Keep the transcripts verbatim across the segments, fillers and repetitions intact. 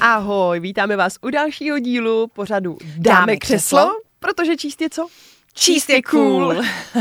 Ahoj, vítáme vás u dalšího dílu pořadu Dáme, Dáme křeslo, křeslo, protože číst je co? Číst je cool.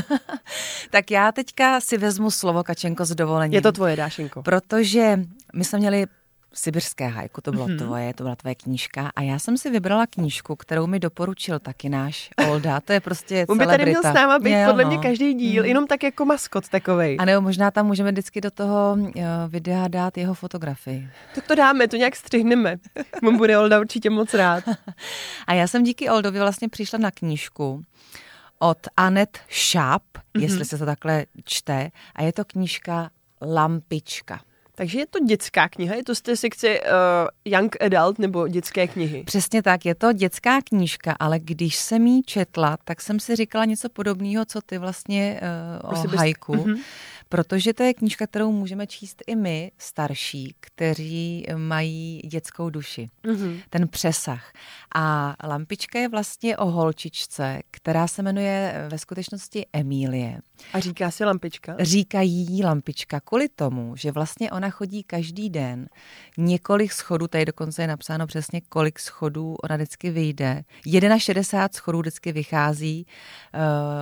Tak já teďka si vezmu slovo, Kačenko, s dovolením. Je to tvoje, Dášenko. Protože my jsme měli sibirské hajku, to bylo Mhm. tvoje, to byla tvoje knížka a já jsem si vybrala knížku, kterou mi doporučil taky náš Olda, to je prostě On by tady měl celebrita. s náma být Měl, podle no. mě každý díl, Mhm. jenom tak jako maskot takovej. A nebo možná tam můžeme vždycky do toho uh, videa dát jeho fotografii. Tak to dáme, to nějak střihneme. On bude Olda určitě moc rád. A já jsem díky Oldovi vlastně přišla na knížku od Annette Schaap, mm-hmm. jestli se to takhle čte, a je to knížka Lampička. Takže je to dětská kniha, je to z té sekce uh, Young Adult nebo dětské knihy. Přesně tak, je to dětská knížka, ale když jsem jí četla, tak jsem si říkala něco podobného, co ty vlastně uh, o Prostě hajku. Mm-hmm. Protože to je knížka, kterou můžeme číst i my, starší, kteří mají dětskou duši. Mm-hmm. Ten přesah. A Lampička je vlastně o holčičce, která se jmenuje ve skutečnosti Emílie. A říká si Lampička? Říkají jí Lampička kvůli tomu, že vlastně ona chodí každý den několik schodů, tady dokonce je napsáno přesně, kolik schodů ona vždycky vyjde. šedesát jedna schodů vždycky vychází uh,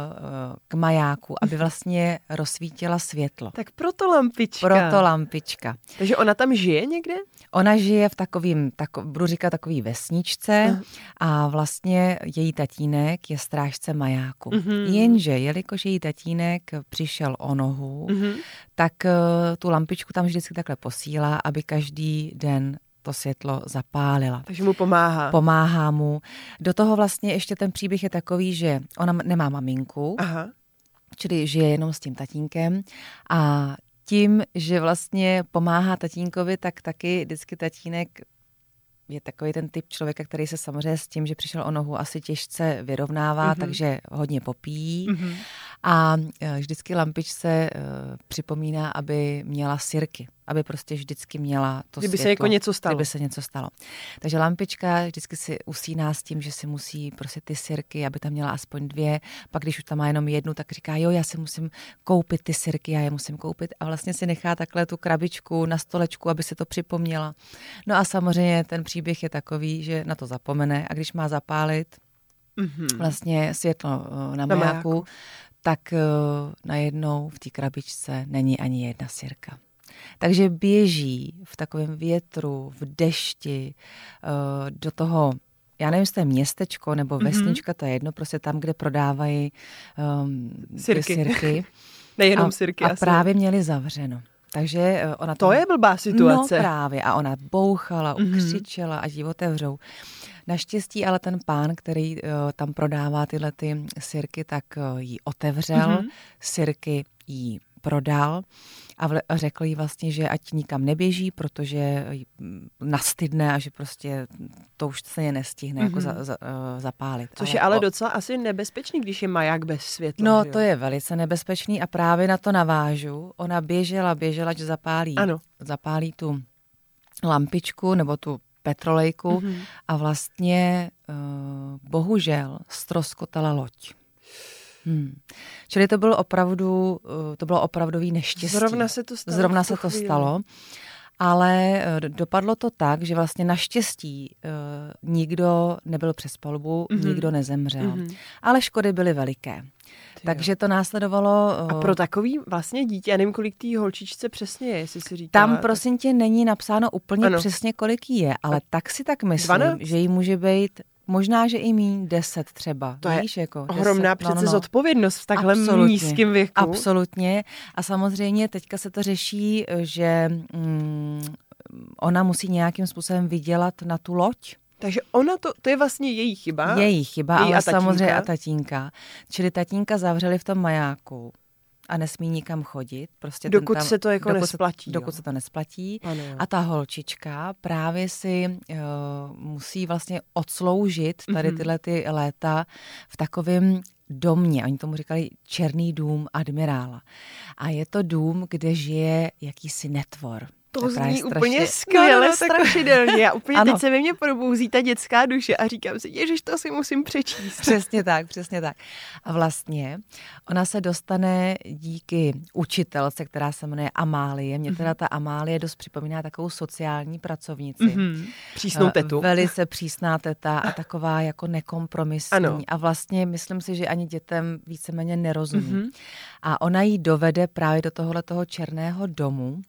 k majáku, aby vlastně rozsvítila světlo. Tak proto Lampička. Proto Lampička. Takže ona tam žije někde? Ona žije v takovým, tako, budu říkat takový vesničce Aha. a vlastně její tatínek je strážce majáku. Mhm. Jenže, jelikož její tatínek přišel o nohu, Mhm. tak uh, tu lampičku tam vždycky takhle posílá, aby každý den to světlo zapálila. Takže mu pomáhá. Pomáhá mu. Do toho vlastně ještě ten příběh je takový, že ona nemá maminku, Aha. čili žije jenom s tím tatínkem a tím, že vlastně pomáhá tatínkovi, tak taky vždycky tatínek je takový ten typ člověka, který se samozřejmě s tím, že přišel o nohu, asi těžce vyrovnává, Mhm. takže hodně popíjí. Mhm. A vždycky Lampičce uh, připomíná, aby měla sirky, aby prostě vždycky měla to Kdyby světlo. se jako něco stalo. Kdyby se něco stalo. Takže Lampička vždycky si usíná s tím, že si musí prostě ty sirky, aby tam měla aspoň dvě. Pak když už tam má jenom jednu, tak říká, jo, já si musím koupit ty sirky, já je musím koupit. A vlastně si nechá takhle tu krabičku na stolečku, aby si to připomněla. No a samozřejmě ten příběh je takový, že na to zapomene a když má zapálit Mhm. vlastně světlo uh, na Na majáku, majáku. tak uh, najednou v té krabičce není ani jedna sirka. Takže běží v takovém větru, v dešti, uh, do toho, já nevím, jestli to je městečko nebo vesnička, mm-hmm. to je jedno, prostě tam, kde prodávají um, Sirky. sirky. Nejenom a, sirky. A asi. právě měli zavřeno. Takže uh, ona To tam, je blbá situace. No právě. A ona bouchala, Mhm. ukřičela, ať ji otevřou. Naštěstí ale ten pán, který uh, tam prodává tyhle ty sirky, tak uh, jí otevřel, Mhm. sirky jí prodal a, vle, a řekl jí vlastně, že ať nikam neběží, protože jí nastydne a že prostě to už se nestihne Mhm. jako za, za, uh, zapálit. Což je ale docela asi nebezpečný, když je maják bez světla. No, že jo? to je velice nebezpečný a právě na to navážu. Ona běžela, běžela, že zapálí, Ano. zapálí tu lampičku nebo tu petrolejku Mhm. a vlastně uh, bohužel ztroskotala loď. Hmm. Čili to bylo opravdu, uh, to bylo opravdový neštěstí. Zrovna se to stalo. Zrovna v tu se to chvíli. stalo. Ale uh, dopadlo to tak, že vlastně naštěstí uh, nikdo nebyl přes palubu, Mhm. nikdo nezemřel. Mhm. Ale škody byly veliké. Ty Takže to následovalo. jo. A pro takový vlastně dítě, já nevím, kolik tý holčičce přesně je, jestli si říká. Tam prosím tě není napsáno úplně Ano. přesně, kolik jí je, ale A tak si tak myslím, dvanáct? že jí může být možná, že i míň deset třeba. To je víš, jako ohromná deset, přece no, no, no. zodpovědnost v takhle Absolutně. nízkém věku. Absolutně. A samozřejmě teďka se to řeší, že mm, ona musí nějakým způsobem vydělat na tu loď. Takže ona to, to je vlastně její chyba. Její chyba, Její ale a tatínka. samozřejmě a tatínka. Čili tatínka zavřeli v tom majáku a nesmí nikam chodit. Prostě ten Dokud tam, se to jako dokud nesplatí, Se, jo. dokud se to nesplatí. Ano, jo. A ta holčička právě si uh, musí vlastně odsloužit tady Mhm. tyhle ty léta v takovém domě. Oni tomu říkali Černý dům admirála. A je to dům, kde žije jakýsi netvor. To zní strašně... úplně skvěle, no, no, no, strašidelně. Já úplně ano. teď se ve mně probouzí ta dětská duše a říkám si, ježiš, to si musím přečíst. Přesně tak, přesně tak. A vlastně ona se dostane díky učitelce, která se jmenuje Amálie. Mně teda ta Amálie dost připomíná takovou sociální pracovnici. Mm-hmm. Přísnou tetu. Velice přísná teta a taková jako nekompromisní. Ano. A vlastně myslím si, že ani dětem víceméně nerozumí. Mm-hmm. A ona jí dovede právě do tohohle toho černého domu,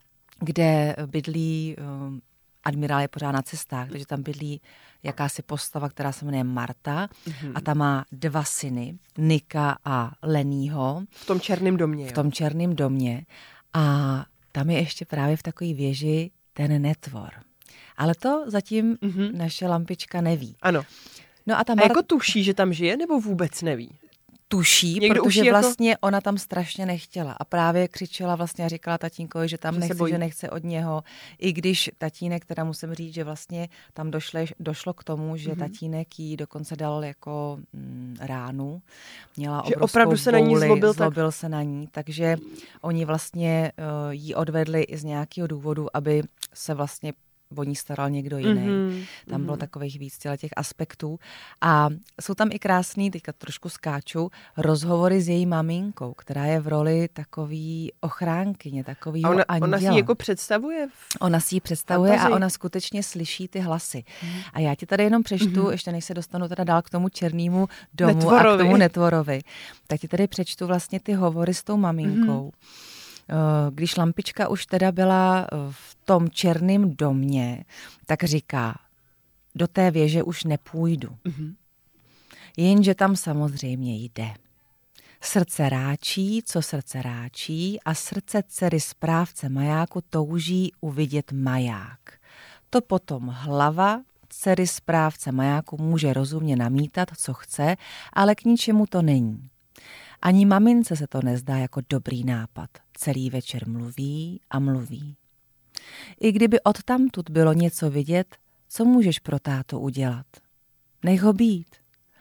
kde bydlí, um, admirál je pořád na cestách, takže tam bydlí jakási postava, která se jmenuje Marta mm-hmm. a ta má dva syny, Nika a Lenýho. V tom černém domě. V tom černém domě. A tam je ještě právě v takové věži ten netvor. Ale to zatím mm-hmm. naše lampička neví. Ano. No a ta Mar- a jako tuší, že tam žije, nebo vůbec neví? Tuší, Někdo protože jako... vlastně ona tam strašně nechtěla a právě křičela vlastně a říkala tatínkovi, že tam že nechce, že nechce od něho, i když tatínek, teda musím říct, že vlastně tam došle, došlo k tomu, že mm-hmm. tatínek jí dokonce dal jako mm, ránu, měla že obrovskou opravdu se bouli, na ní zlobil, zlobil tak... se na ní, takže oni vlastně uh, jí odvedli i z nějakého důvodu, aby se vlastně o ní staral někdo jiný. Mm-hmm. Tam bylo takových víc těch aspektů. A jsou tam i krásný, teďka trošku skáču, rozhovory s její maminkou, která je v roli takový ochránkyně, takovýho ona, anděla. Ona si ji jako představuje? Ona si ji představuje fantazii. A ona skutečně slyší ty hlasy. Mm. A já ti tady jenom přečtu, mm-hmm. ještě než se dostanu teda dál k tomu černému domu netvorovi. A k tomu netvorovi, tak ti tady přečtu vlastně ty hovory s tou maminkou. Mm-hmm. Když lampička už teda byla v tom černém domě, tak říká, do té věže už nepůjdu. Mm-hmm. Jenže tam samozřejmě jde. Srdce ráčí, co srdce ráčí a srdce dcery správce majáku touží uvidět maják. To potom hlava dcery správce majáku může rozumně namítat, co chce, ale k ničemu to není. Ani mamince se to nezdá jako dobrý nápad. Celý večer mluví a mluví. I kdyby odtamtud bylo něco vidět, co můžeš pro tátu udělat? Nech ho být.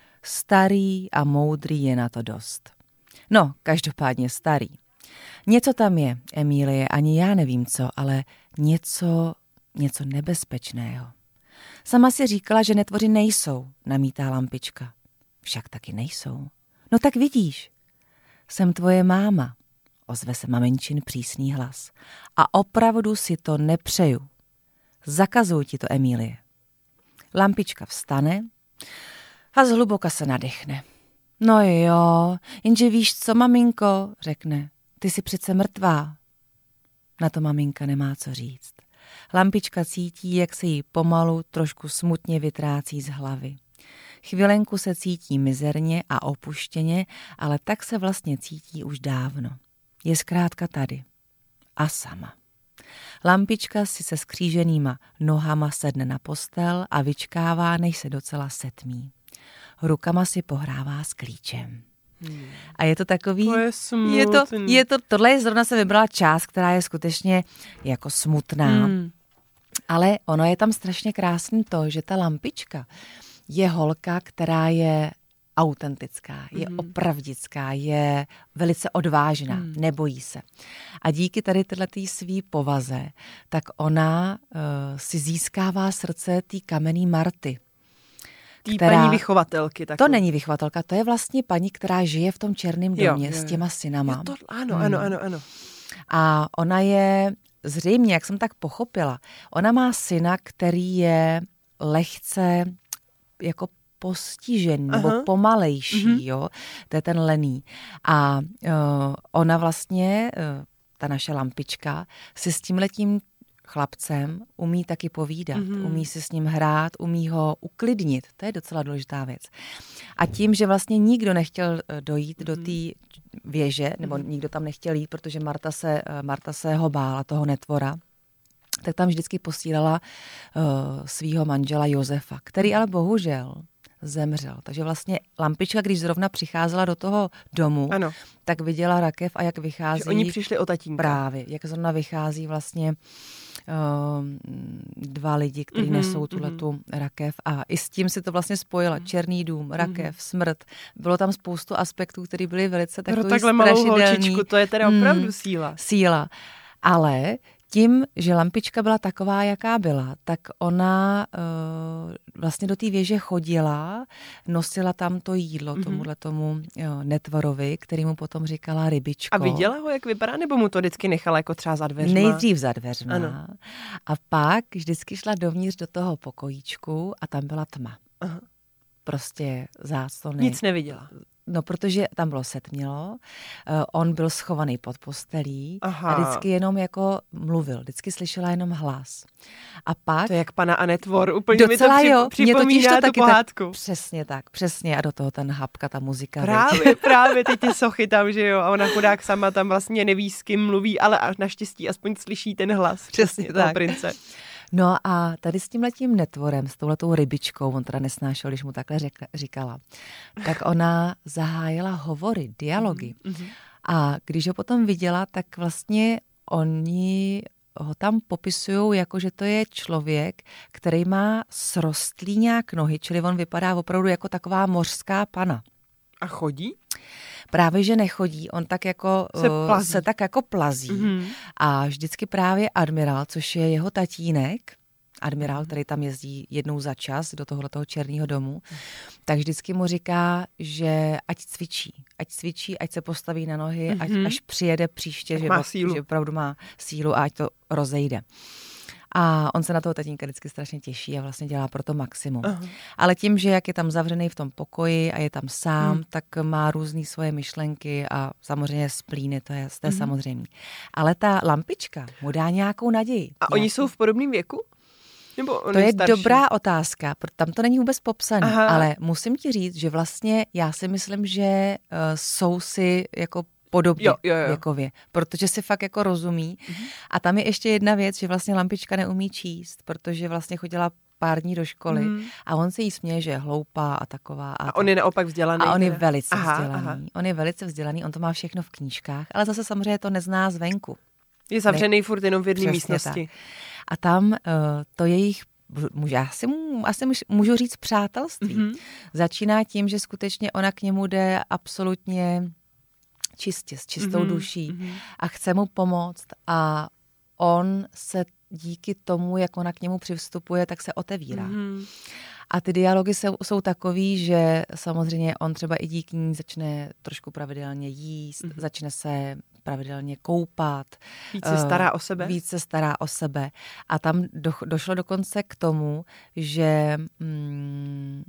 Starý a moudrý je na to dost. No, každopádně starý. Něco tam je, Emílie, ani já nevím co, ale něco, něco nebezpečného. Sama si říkala, že netvoři nejsou, namítá lampička. Však taky nejsou. No tak vidíš. Jsem tvoje máma, ozve se maminčin přísný hlas. A opravdu si to nepřeju. Zakazuju ti to, Emílie. Lampička vstane a zhluboka se nadechne. No jo, jenže víš co, maminko, řekne, ty jsi přece mrtvá. Na to maminka nemá co říct. Lampička cítí, jak se jí pomalu trošku smutně vytrácí z hlavy. Chvilenku se cítí mizerně a opuštěně, ale tak se vlastně cítí už dávno. Je zkrátka tady. A sama. Lampička si se skříženýma nohama sedne na postel a vyčkává, než se docela setmí. Rukama si pohrává s klíčem. Hmm. A je to takový... To je smutný. Je to, je to, tohle je zrovna se vybrala část, která je skutečně jako smutná. Hmm. Ale ono je tam strašně krásný to, že ta lampička je holka, která je autentická, je mm. opravdická, je velice odvážná, mm. nebojí se. A díky tady této svý povaze, tak ona uh, si získává srdce té kamenný Marty. Tý která, paní vychovatelky. Takový. To není vychovatelka, to je vlastně paní, která žije v tom černém domě jo, jo, jo. s těma synama. Jo, to, ano, ano, ano, ano. A ona je zřejmě, jak jsem tak pochopila, ona má syna, který je lehce jako postižený nebo Aha. pomalejší, mm-hmm. jo, to je ten Lený. A uh, ona vlastně, uh, ta naše lampička, si s tímhletím chlapcem umí taky povídat, mm-hmm. umí si s ním hrát, umí ho uklidnit, to je docela důležitá věc. A tím, že vlastně nikdo nechtěl dojít mm-hmm. do té věže, nebo mm-hmm. nikdo tam nechtěl jít, protože Marta se, Marta se ho bála, toho netvora, tak tam vždycky posílala uh, svýho manžela Josefa, který ale bohužel zemřel. Takže vlastně lampička, když zrovna přicházela do toho domu, ano. tak viděla rakev a jak vychází... Že oni přišli o tatínka. Právě, jak zrovna vychází vlastně uh, dva lidi, kteří mm-hmm, nesou tuhletu mm-hmm. rakev a i s tím si to vlastně spojila. Černý dům, rakev, mm-hmm. smrt. Bylo tam spoustu aspektů, které byly velice takový strašidelný. Pro takhle malou holčičku, to je teda opravdu mm, síla. Síla. Ale tím, že lampička byla taková, jaká byla, tak ona uh, vlastně do té věže chodila, nosila tam to jídlo mm-hmm. tomuhle tomu jo, netvorovi, který mu potom říkala rybičko. A viděla ho, jak vypadá, nebo mu to vždycky nechala jako třeba za dveřma? Nejdřív za dveřma. Ano. A pak vždycky šla dovnitř do toho pokojíčku a tam byla tma. Aha. Prostě záclony. Nic neviděla. No, protože tam bylo setmělo, uh, on byl schovaný pod postelí. Aha. A vždycky jenom jako mluvil, vždycky slyšela jenom hlas. A pak... To je jak pana Anetvor, úplně docela mi to jo, při, připomíná to tu pohádku. Tak, přesně tak, přesně. A do toho ten hapka, ta muzika. Právě, právě, teď ty sochy tam, že jo. A ona chudák sama tam vlastně neví, s kým mluví, ale až naštěstí aspoň slyší ten hlas. Přesně toho tak. Prince. No a tady s tímhletím netvorem, s touhletou rybičkou, on teda nesnášel, když mu takhle řek, říkala, tak ona zahájila hovory, dialogy. Mm-hmm. A když ho potom viděla, tak vlastně oni ho tam popisují jako, že to je člověk, který má srostlý nějak nohy, čili on vypadá opravdu jako taková mořská pana. A chodí? Právě, že nechodí, on tak jako se, uh, se tak jako plazí. Mm-hmm. A vždycky právě admirál, což je jeho tatínek, admirál, který tam jezdí jednou za čas do tohoto Černého domu, tak vždycky mu říká, že ať cvičí, ať cvičí, ať se postaví na nohy, mm-hmm. ať až přijede příště, že, má sílu. že opravdu má sílu a ať to rozejde. A on se na toho tatínka vždycky strašně těší a vlastně dělá pro to maximum. Uh-huh. Ale tím, že jak je tam zavřený v tom pokoji a je tam sám, hmm. tak má různý svoje myšlenky a samozřejmě splíny, to je, to je hmm. samozřejmě. Ale ta lampička mu dá nějakou naději. A nějaký... oni jsou v podobném věku? Nebo on to je je starší? Dobrá otázka, tam to není vůbec popsané, Aha. ale musím ti říct, že vlastně já si myslím, že uh, jsou si jako podobně jo, jo, jo. věkově, protože si fakt jako rozumí. Mm-hmm. A tam je ještě jedna věc, že vlastně lampička neumí číst, protože vlastně chodila pár dní do školy mm. a on se jí směje, že je hloupá a taková. A, a on je naopak vzdělaný. A on je velice aha, vzdělaný. Aha. On je velice vzdělaný, on to má všechno v knížkách, ale zase samozřejmě to nezná zvenku. Je zavřený ne, furt jenom v jedné místnosti. Tak. A tam uh, to jejich Můžu, asi, asi můžu říct přátelství. Mm-hmm. Začíná tím, že skutečně ona k němu jde absolutně čistě, s čistou mm-hmm. duší mm-hmm. a chce mu pomoct a on se díky tomu, jak ona k němu přivstupuje, tak se otevírá. Mm-hmm. A ty dialogy jsou, jsou takový, že samozřejmě on třeba i díky ní začne trošku pravidelně jíst, mm-hmm. začne se pravidelně koupat. Víc se stará o sebe? Víc se stará o sebe. A tam do, došlo dokonce k tomu, že mm,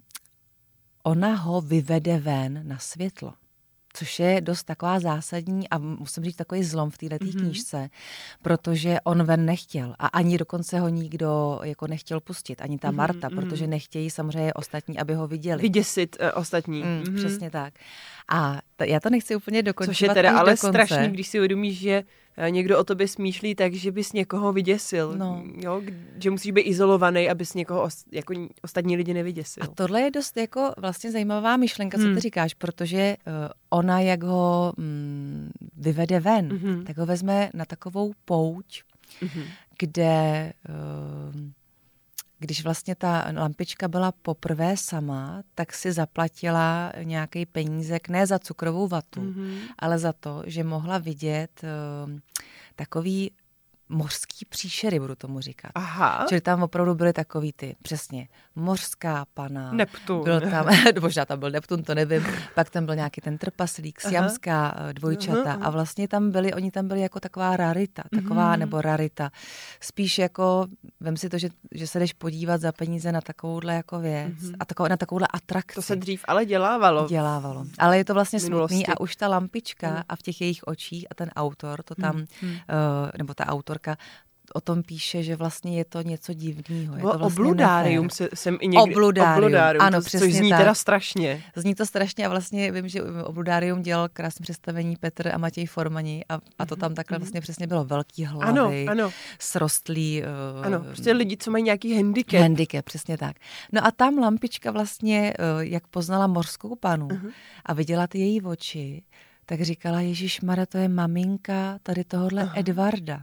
ona ho vyvede ven na světlo. Což je dost taková zásadní a musím říct takový zlom v této mm-hmm. knížce, protože on ven nechtěl a ani dokonce ho nikdo jako nechtěl pustit, ani ta mm-hmm. Marta, protože nechtějí samozřejmě ostatní, aby ho viděli. Vyděsit uh, ostatní. Mm, mm-hmm. Přesně tak. A t- já to nechci úplně dokončovat. Což je teda ale strašný, když si uvědomíš, že někdo o tobě smýšlí tak, že bys někoho vyděsil. No. Jo? Že musíš být izolovaný, abys někoho os, jako ostatní lidi nevyděsil. A tohle je dost jako vlastně zajímavá myšlenka, hmm. co ty říkáš, protože uh, ona, jak ho mm, vyvede ven, mm-hmm. tak ho vezme na takovou pouť, mm-hmm. kde... Uh, Když vlastně ta lampička byla poprvé sama, tak si zaplatila nějaký penízek ne za cukrovou vatu, mm-hmm. ale za to, že mohla vidět uh, takový mořský příšery, budu tomu říkat. Aha. Čili tam opravdu byly takový ty, přesně, mořská pana. Neptun. Byl tam, možná tam byl Neptun, to nevím. Pak tam byl nějaký ten trpaslík, siamská dvojčata aha, aha. a vlastně tam byli, oni tam byli jako taková rarita, taková mm. nebo rarita. Spíš jako, vem si to, že, že se jdeš podívat za peníze na takovouhle jako věc mm-hmm. a takovou, na takovouhle atrakci. To se dřív ale dělávalo. Dělávalo. Ale je to vlastně Minulosti. smutný a už ta lampička mm. a v těch jejich očích a ten autor to tam, mm. uh, nebo ta autor o tom píše, že vlastně je to něco divného. Je to vlastně obludárium se, jsem i někdy... Obludárium, obludárium ano, to, přesně což zní tak. teda strašně. Zní to strašně a vlastně vím, že obludárium dělal krásné představení Petr a Matěj Formani a, a to tam takhle vlastně přesně bylo. Velký hlavy, ano, ano. srostlý... Uh, ano, prostě lidi, co mají nějaký handicap. Handicap, přesně tak. No a tam lampička vlastně, uh, jak poznala mořskou panu uh-huh. a viděla ty její oči, tak říkala, ježišmarja, to je maminka tady tohohle uh-huh. Edvarda.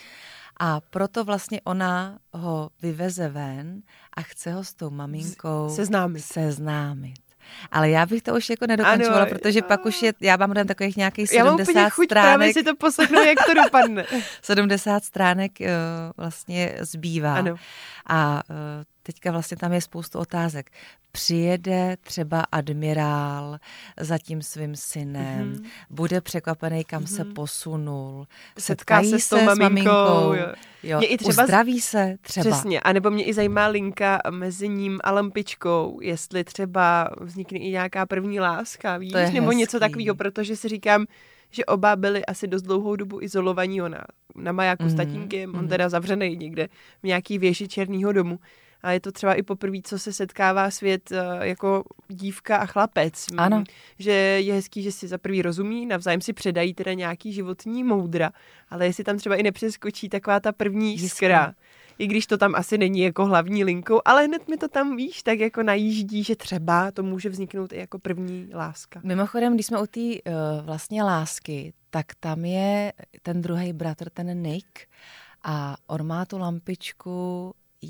A proto vlastně ona ho vyveze ven a chce ho s tou maminkou seznámit. seznámit. Ale já bych to už jako nedokončovala, ano, protože a... pak už je, já mám tam takových nějakých sedmdesát já mám chuť stránek. Právě si to poslechnu, jak to dopadne. sedmdesát stránek uh, vlastně zbývá. Ano. A uh, teďka vlastně tam je spoustu otázek. Přijede třeba admirál za tím svým synem, mm-hmm. bude překvapený, kam mm-hmm. se posunul, setká se s tou maminkou, maminkou jo. Jo, i třeba uzdraví se třeba. Přesně, a nebo mě i zajímá linka mezi ním a lampičkou, jestli třeba vznikne i nějaká první láska, víš, nebo hezký. Něco takového, protože si říkám, že oba byli asi dost dlouhou dobu izolovaní, ona na majáku mm-hmm. s tatínkem, mm-hmm. on teda zavřenej někde v nějaký věži Černýho domu. A je to třeba i poprvé, co se setkává svět jako dívka a chlapec. Ano. Že je hezký, že si za prvý rozumí, navzájem si předají teda nějaký životní moudra, ale jestli tam třeba i nepřeskočí taková ta první jiskra, i když to tam asi není jako hlavní linkou, ale hned mi to tam, víš, tak jako najíždí, že třeba to může vzniknout i jako první láska. Mimochodem, když jsme u té uh, vlastně lásky, tak tam je ten druhý bratr, ten Nick, a on má tu lampičku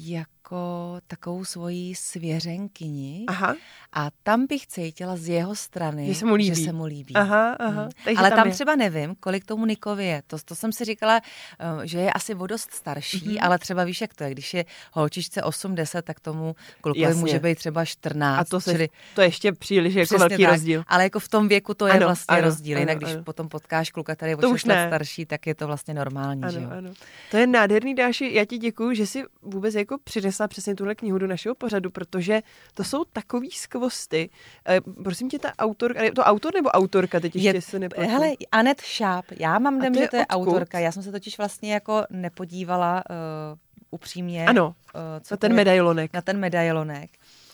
jako takovou svoji svěřenkyni. Aha. A tam bych cítila z jeho strany, že se mu líbí. Že se mu líbí. Aha, aha. Hmm. Ale tam, tam třeba nevím, kolik tomu Nikovi je. To, to jsem si říkala, že je asi o dost starší, mm-hmm. ale třeba víš, jak to je. Když je holčičce osm deset, tak tomu klukovi může být třeba čtrnáct. A to, se, čili to je ještě příliš jako velký tak. rozdíl. Ale jako v tom věku to je ano, vlastně ano, rozdíl. Jinak ano, když ano. potom potkáš kluka, který je o šest let starší, tak je to vlastně normální. Ano, že jo? Ano. To je nádherný, Dáši. Já ti děkuju, že jsi vůbec jako přinesla přesně tuhle knihu do našeho pořadu, protože to jsou takový skvosty. E, prosím tě, ta autorka, je to autor nebo autorka, teď ještě se neplatí. Hele, Annette Schaap, já mám dem, že to je odkud? autorka, já jsem se totiž vlastně jako nepodívala uh, upřímně. Ano, uh, co na ten je, medailonek. Na ten medailonek.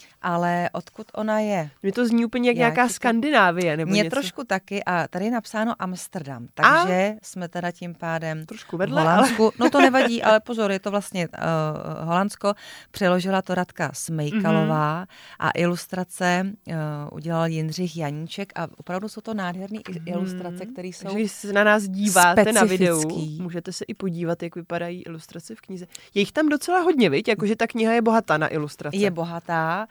Ale odkud ona je? Mně to zní úplně jak já nějaká Skandinávie nebo Mně něco. trošku taky a tady je napsáno Amsterdam, takže a? jsme teda tím pádem trošku vedle, v Holandsku. Ale... No to nevadí, ale pozor, je to vlastně uh, Holandsko, přeložila to Radka Smejkalová mm-hmm. a ilustrace uh, udělal Jindřich Janíček a opravdu jsou to nádherné mm-hmm. ilustrace, které jsou takže když se na nás díváte specifický. Na videu, můžete se i podívat, jak vypadají ilustrace v knize. Je jich tam docela hodně, viď? Jakože ta kniha je bohatá na ilustrace. Je bohatá.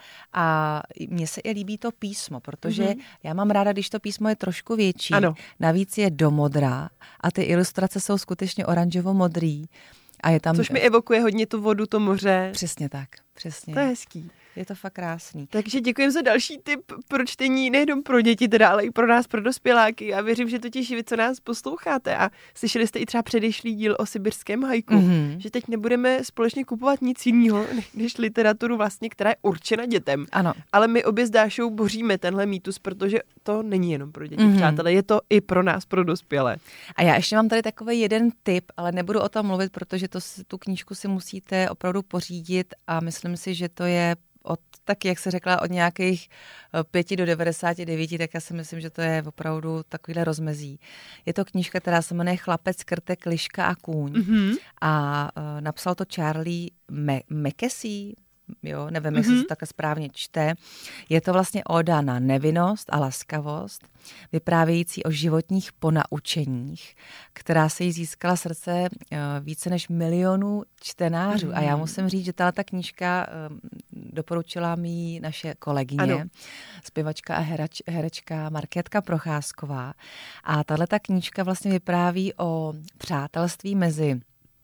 A mně se i líbí to písmo, protože mm-hmm. já mám ráda, když to písmo je trošku větší. Ano. Navíc je do modra a ty ilustrace jsou skutečně oranžovo-modrý. A je tam... Což mi evokuje hodně tu vodu, to moře. Přesně tak, přesně. To je hezký. Je to fakt krásný. Takže děkujeme za další tip pro čtení, nejenom pro děti teda, ale i pro nás, pro dospěláky. Já věřím, že totiž vy, co nás posloucháte a slyšeli jste i třeba předešlý díl o sibirském hajku, mm-hmm. že teď nebudeme společně kupovat nic jiného, než literaturu vlastně, která je určena dětem. Ano. Ale my obě s Dášou boříme tenhle mýtus, protože to není jenom pro děti, mm-hmm. přátelé, je to i pro nás, pro dospělé. A já ještě mám tady takový jeden tip, ale nebudu o tom mluvit, protože to, tu knížku si musíte opravdu pořídit a myslím si, že to je od, tak jak se řekla, od nějakých pěti do devadesáti devíti, tak já si myslím, že to je opravdu takovýhle rozmezí. Je to knížka, která se jmenuje Chlapec, krtek, liška a kůň. Mm-hmm. A uh, napsal to Charlie Mackesy, jo, nevím, mm-hmm. jestli se to takhle správně čte. Je to vlastně óda na nevinnost a laskavost, vyprávějící o životních ponaučeních, která se jí získala srdce uh, více než milionů čtenářů. Mm-hmm. A já musím říct, že tato knížka uh, doporučila mi naše kolegyně, ano. zpěvačka a herač, herečka Markétka Procházková. A tato knížka vlastně vypráví o přátelství mezi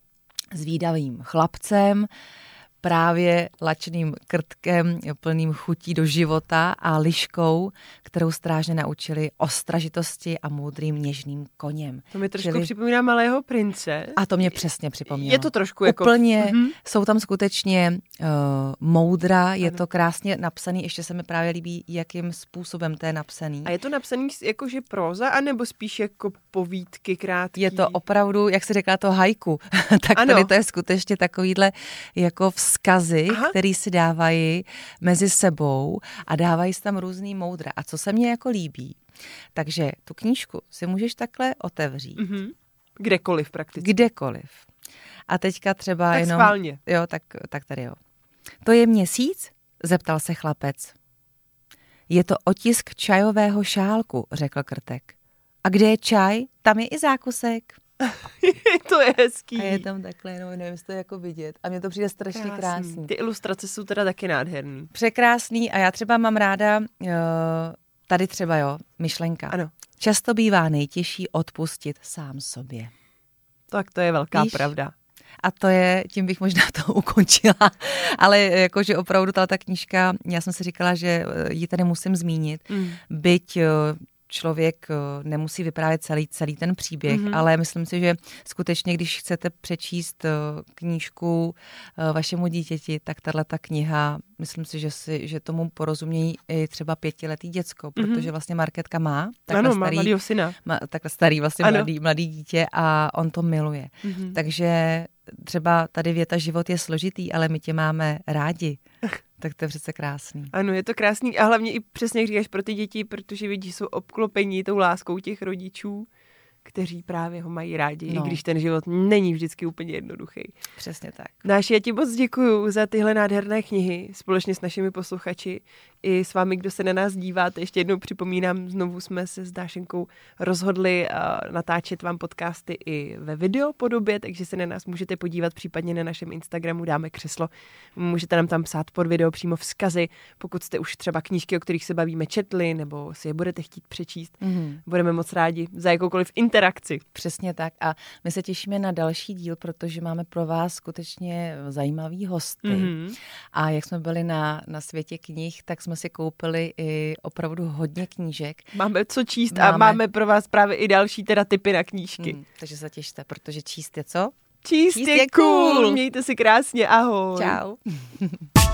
zvídavým chlapcem, právě lačným krtkem, plným chutí do života a liškou, kterou strážně naučili ostražitosti a moudrým něžným koněm. To mi trošku Čili... připomíná Malého prince. A to mě přesně připomnělo. Je to trošku jako... Úplně, mm-hmm. jsou tam skutečně uh, moudra, je ano. to krásně napsaný, ještě se mi právě líbí, jakým způsobem to je napsaný. A je to napsaný jakože próza, anebo spíš jako povídky krátký? Je to opravdu, jak se řekla, to haiku. Tak ano. Tady to je skutečně takovýhle jako vzkazy, Aha. který si dávají mezi sebou a dávají si tam různý moudra. A co se mně jako líbí, takže tu knížku si můžeš takhle otevřít. Mm-hmm. Kdekoliv prakticky. Kdekoliv. A teďka třeba tak jenom... schválně. Jo, tak, tak tady jo. To je měsíc? Zeptal se chlapec. Je to otisk čajového šálku, řekl krtek. A kde je čaj, tam je i zákusek. To je hezký. A je tam takhle, no, nevím, jestli to je jako vidět. A mně to přijde strašně krásný. krásný. Ty ilustrace jsou teda taky nádherný. Překrásný a já třeba mám ráda, uh, tady třeba jo, myšlenka. Ano. Často bývá nejtěžší odpustit sám sobě. Tak to je velká Víš? pravda. A to je, tím bych možná to ukončila, ale jakože opravdu ta, ta knížka, já jsem si říkala, že ji tady musím zmínit, mm. byť člověk nemusí vyprávět celý, celý ten příběh, mm-hmm. ale myslím si, že skutečně, když chcete přečíst knížku vašemu dítěti, tak tato kniha, myslím si, že, si, že tomu porozumějí i třeba pětiletý děcko, protože vlastně Markétka má takhle ano, starý, má mladýho syna. Má takhle starý vlastně mladý, mladý dítě a on to miluje. Mm-hmm. Takže třeba tady věta život je složitý, ale my tě máme rádi. Tak to je přece krásný. Ano, je to krásný a hlavně i přesně jak říkáš pro ty děti, protože vidí, jsou obklopení tou láskou těch rodičů, kteří právě ho mají rádi, no. I když ten život není vždycky úplně jednoduchý. Přesně tak. Dáši, já ti moc děkuju za tyhle nádherné knihy společně s našimi posluchači i s vámi, kdo se na nás díváte. Ještě jednou připomínám, znovu jsme se s Dášenkou rozhodli uh, natáčet vám podcasty i ve videopodobě, takže se na nás můžete podívat, případně na našem Instagramu dáme křeslo. Můžete nám tam psát pod video přímo vzkazy, pokud jste už třeba knížky, o kterých se bavíme, četli, nebo si je budete chtít přečíst. Mm-hmm. Budeme moc rádi za jakoukoliv interakci. Přesně tak a my se těšíme na další díl, protože máme pro vás skutečně zajímavý hosty. Mm-hmm. A jak jsme byli na, na světě knih, tak jsme si koupili i opravdu hodně knížek. Máme co číst máme. A máme pro vás právě i další teda tipy na knížky. Mm, takže se těšte, protože číst je co? Číst, číst je, je cool. cool. Mějte si krásně, ahoj. Čau.